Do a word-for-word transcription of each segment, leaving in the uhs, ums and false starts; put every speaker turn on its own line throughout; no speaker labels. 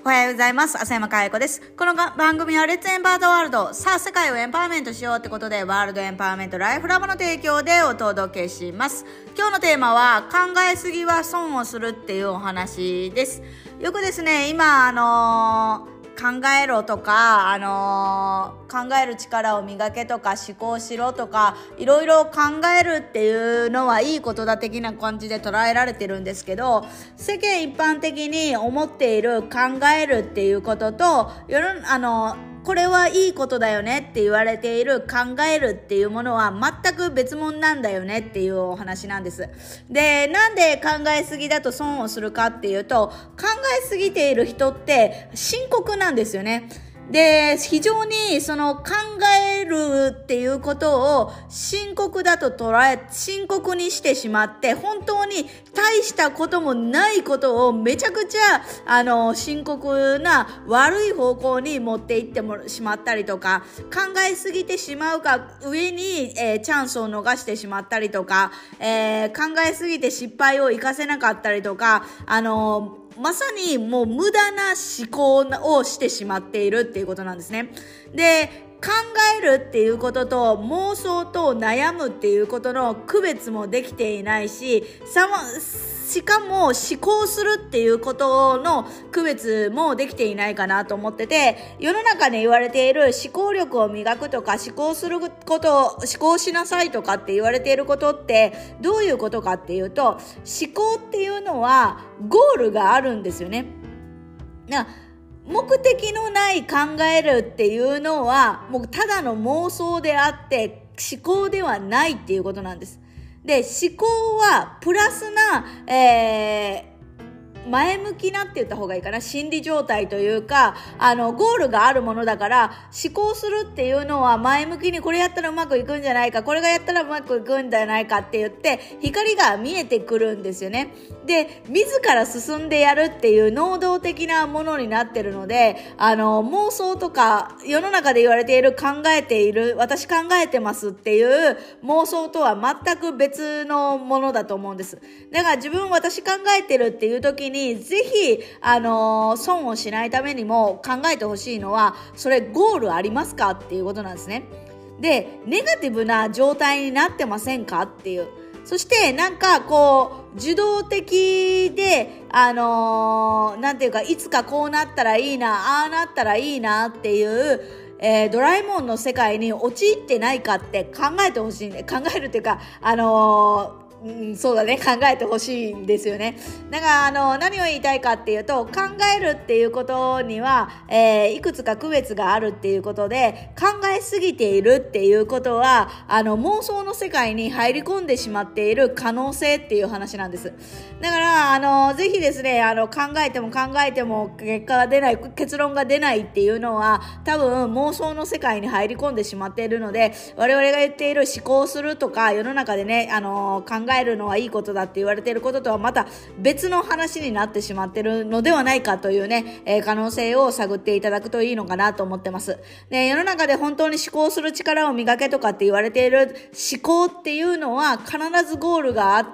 おはようございます。浅山かえ子です。この番組はレッツエンパワードワールド。さあ、世界をエンパワーメントしようってことで、ワールドエンパワーメントライフラボの提供でお届けします。今日のテーマは、考えすぎは損をするっていうお話です。よくですね、今、あのー考えろとか、あのー、考える力を磨けとか思考しろとかいろいろ考えるっていうのはいいことだ的な感じで捉えられてるんですけど、世間一般的に思っている考えるっていうことと世のあのこれはいいことだよねって言われている考えるっていうものは全く別物なんだよねっていうお話なんです。で、なんで考えすぎだと損をするかっていうと、考えすぎている人って深刻なんですよね。で、非常にその考えるっていうことを深刻だと捉え、深刻にしてしまって、本当に大したこともないことをめちゃくちゃ、あの、深刻な悪い方向に持っていってもしまったりとか、考えすぎてしまうが上に、えー、チャンスを逃してしまったりとか、えー、考えすぎて失敗を生かせなかったりとか、あの、まさにもう無駄な思考をしてしまっているっていうことなんですね。で、考えるっていうことと妄想と悩むっていうことの区別もできていないし、さま、しかも思考するっていうことの区別もできていないかなと思ってて、世の中で言われている思考力を磨くとか思考すること思考しなさいとかって言われていることってどういうことかっていうと、思考っていうのはゴールがあるんですよね。な目的のない考えるっていうのはもうただの妄想であって思考ではないっていうことなんです。で、思考はプラスな、えー前向きなって言った方がいいかな、心理状態というか、あのゴールがあるものだから、思考するっていうのは前向きにこれやったらうまくいくんじゃないか、これがやったらうまくいくんじゃないかって言って光が見えてくるんですよね。で、自ら進んでやるっていう能動的なものになってるので、あの妄想とか世の中で言われている考えている、私考えてますっていう妄想とは全く別のものだと思うんです。だから自分私考えてるっていう時ににぜひ、あのー、損をしないためにも考えてほしいのは、それゴールありますかっていうことなんですね。で、ネガティブな状態になってませんかっていう。そしてなんかこう受動的で、あのー、なんていうか、いつかこうなったらいいな、ああなったらいいなっていう、えー、ドラえもんの世界に陥ってないかって考えてほしいね。考えるっていうか、あのーうん、そうだね、考えてほしいんですよね。だからあの何を言いたいかっていうと、考えるっていうことには、えー、いくつか区別があるっていうことで、考えすぎているっていうことはあの妄想の世界に入り込んでしまっている可能性っていう話なんです。だからあのぜひですね、あの考えても考えても結果が出ない、結論が出ないっていうのは多分妄想の世界に入り込んでしまっているので、我々が言っている思考するとか世の中でね、あの考え考えるのはいいことだって言われていることとはまた別の話になってしまっているのではないかというね、えー、可能性を探っていただくといいのかなと思ってます。で、世の中で本当に思考する力を磨けとかって言われている思考っていうのは必ずゴールがあって、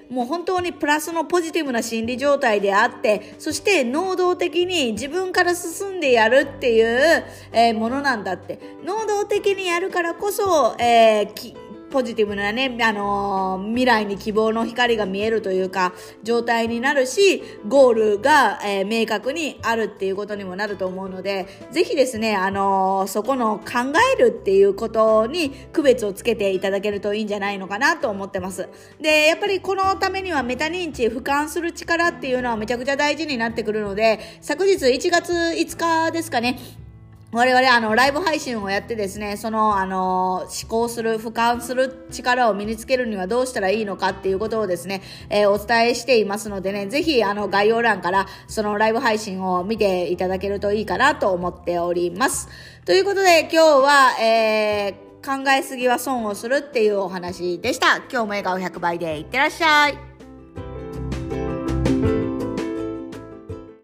もう本当にプラスのポジティブな心理状態であって、そして能動的に自分から進んでやるっていう、えー、ものなんだって。能動的にやるからこそ、えー、きポジティブなね、あのー、未来に希望の光が見えるというか状態になるし、ゴールが、えー、明確にあるっていうことにもなると思うので、ぜひですね、あのー、そこの考えるっていうことに区別をつけていただけるといいんじゃないのかなと思ってます。で、やっぱりこのためにはメタ認知、俯瞰する力っていうのはめちゃくちゃ大事になってくるので、昨日いちがついつかですかね、我々あのライブ配信をやってですね、そのあの思考する俯瞰する力を身につけるにはどうしたらいいのかっていうことをですね、えー、お伝えしていますのでね、ぜひあの概要欄からそのライブ配信を見ていただけるといいかなと思っております。ということで今日は、えー、考えすぎは損をするっていうお話でした。今日も笑顔ひゃくばいでいってらっしゃい。